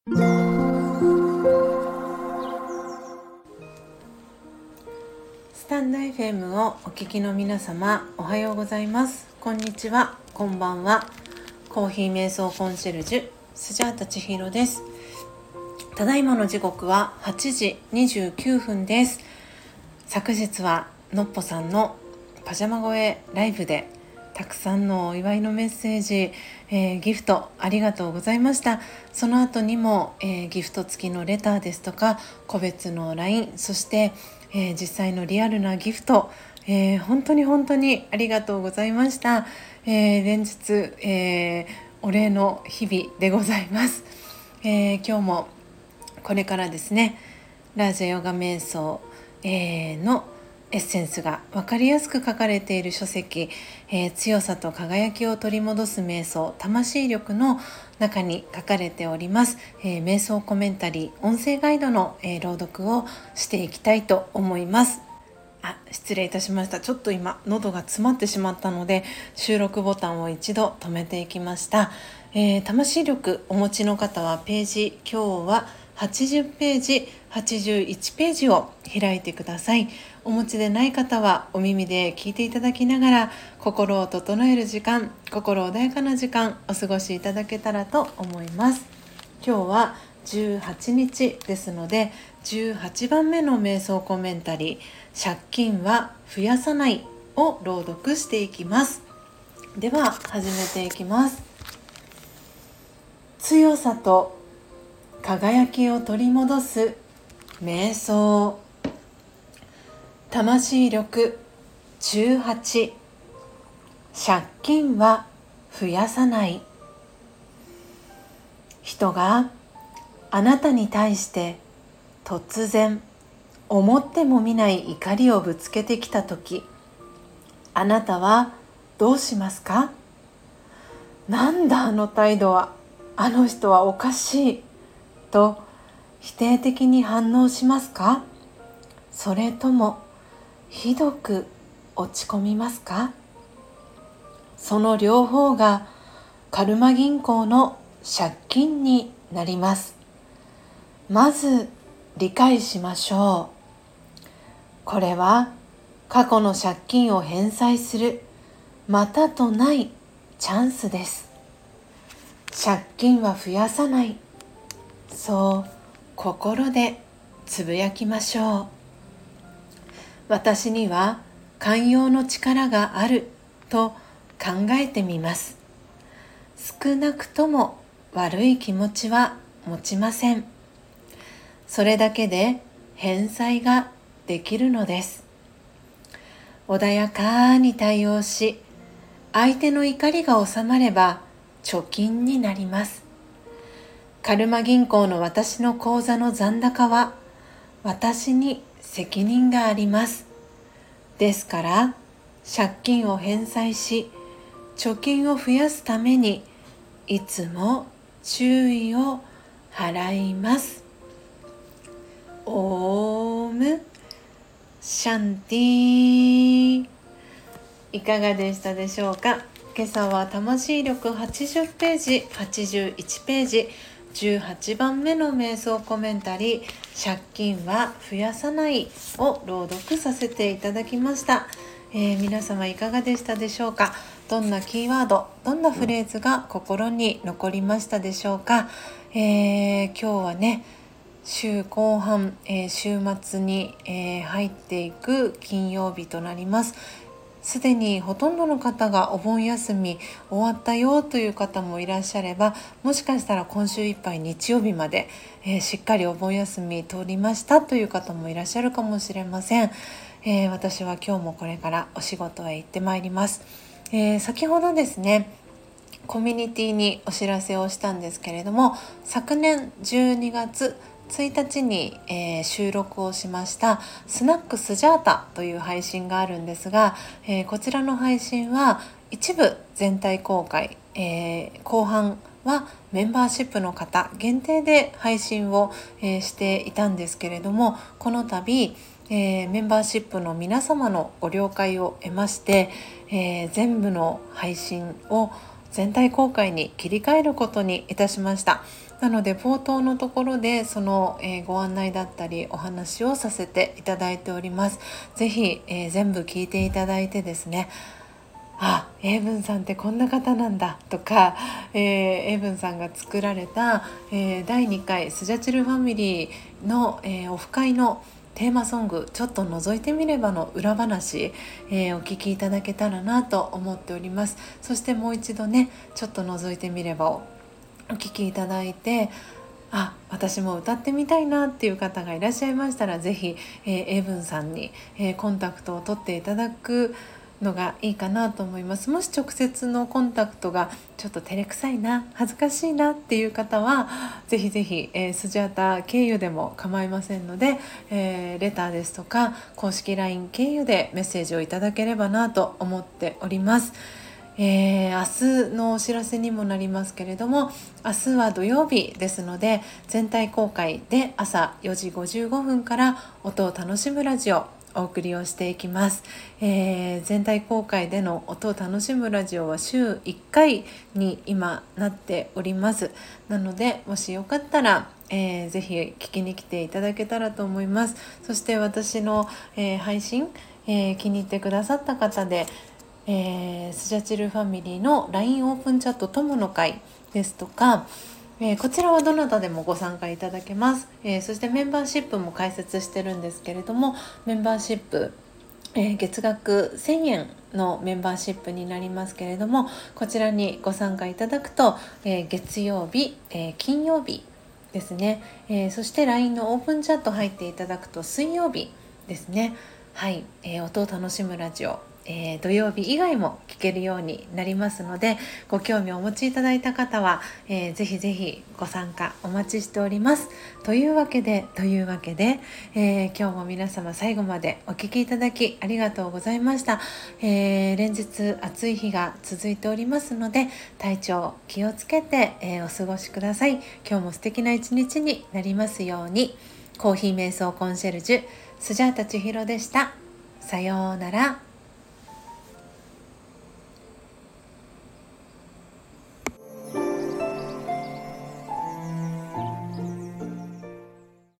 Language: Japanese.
スタンド FM をお聞きの皆様、おはようございます。こんにちは、こんばんは。コーヒー瞑想コンシェルジュスジャータ千尋です。ただいまの時刻は8時29分です。昨日はのっぽさんのパジャマ声ライブでたくさんのお祝いのメッセージ、ギフトありがとうございました。その後にも、ギフト付きのレターですとか個別の LINE、 そして、実際のリアルなギフト、本当にありがとうございました。連日、お礼の日々でございます。今日もこれからですね、ラージャヨガ瞑想、のエッセンスが分かりやすく書かれている書籍、強さと輝きを取り戻す瞑想魂力の中に書かれております、瞑想コメンタリー音声ガイドの、朗読をしていきたいと思います。失礼いたしました。ちょっと今喉が詰まってしまったので収録ボタンを一度止めていきました。魂力お持ちの方はページ、今日は80ページ81ページを開いてください。お持ちでない方はお耳で聞いていただきながら心を整える時間、心穏やかな時間お過ごしいただけたらと思います。今日は18日ですので18番目の瞑想コメンタリー、借金は増やさないを朗読していきます。では始めていきます。強さと輝きを取り戻す瞑想。魂力18、借金は増やさない。人があなたに対して突然思ってもみない怒りをぶつけてきたとき、あなたはどうしますか？なんだあの態度は、あの人はおかしいと否定的に反応しますか？それともひどく落ち込みますか？その両方がカルマ銀行の借金になります。まず理解しましょう。これは過去の借金を返済するまたとないチャンスです。借金は増やさない、そう心でつぶやきましょう。私には寛容の力があると考えてみます。少なくとも悪い気持ちは持ちません。それだけで返済ができるのです。穏やかに対応し、相手の怒りが収まれば貯金になります。カルマ銀行の私の口座の残高は私に責任があります。ですから借金を返済し貯金を増やすためにいつも注意を払います。オームシャンティ。いかがでしたでしょうか。今朝は魂力80ページ81ページ18番目の瞑想コメンタリー、借金は増やさないを朗読させていただきました。皆様いかがでしたでしょうか。どんなキーワード、どんなフレーズが心に残りましたでしょうか。今日はね、週後半、週末に、入っていく金曜日となります。すでにほとんどの方がお盆休み終わったよという方もいらっしゃれば、もしかしたら今週いっぱい日曜日まで、しっかりお盆休み通りましたという方もいらっしゃるかもしれません。私は今日もこれからお仕事へ行ってまいります。先ほどですね、コミュニティにお知らせをしたんですけれども、昨年12月1日に、収録をしましたスナックスジャータという配信があるんですが、こちらの配信は一部全体公開、後半はメンバーシップの方限定で配信を、していたんですけれども、この度、メンバーシップの皆様のご了解を得まして、全部の配信を全体公開に切り替えることにいたしました。なので冒頭のところでその、ご案内だったりお話をさせていただいております。ぜひ、全部聞いていただいてですね、英文さんってこんな方なんだとか、英文さんが作られた、第2回スジャチルファミリーの、オフ会のテーマソングちょっと覗いてみればの裏話、お聞きいただけたらなと思っております。そしてもう一度ね、ちょっと覗いてみればをお聞きいただいて、私も歌ってみたいなっていう方がいらっしゃいましたら、ぜひ、英文さんに、コンタクトを取っていただくのがいいかなと思います。もし直接のコンタクトがちょっと照れくさいな、恥ずかしいなっていう方はぜひぜひ、スジャータ経由でも構いませんので、レターですとか公式 LINE 経由でメッセージをいただければなと思っております。明日のお知らせにもなりますけれども、明日は土曜日ですので、全体公開で朝4時55分から音を楽しむラジオお送りをしていきます。全体公開での音を楽しむラジオは週1回に今なっております。なのでもしよかったら、ぜひ聞きに来ていただけたらと思います。そして私の、配信、気に入ってくださった方で、スジャチルファミリーの LINE オープンチャット友の会ですとか、こちらはどなたでもご参加いただけます。そしてメンバーシップも開設してるんですけれども、メンバーシップ、月額1000円のメンバーシップになりますけれども、こちらにご参加いただくと、月曜日、金曜日ですね、そして LINE のオープンチャット入っていただくと水曜日ですね。はい、音を楽しむラジオ、土曜日以外も聞けるようになりますので、ご興味をお持ちいただいた方は、ぜひぜひご参加お待ちしております。というわけで、今日も皆様最後までお聞きいただきありがとうございました。連日暑い日が続いておりますので、体調気をつけて、お過ごしください。今日も素敵な一日になりますように。コーヒー瞑想コンシェルジュスジャータ千尋でした。さようなら。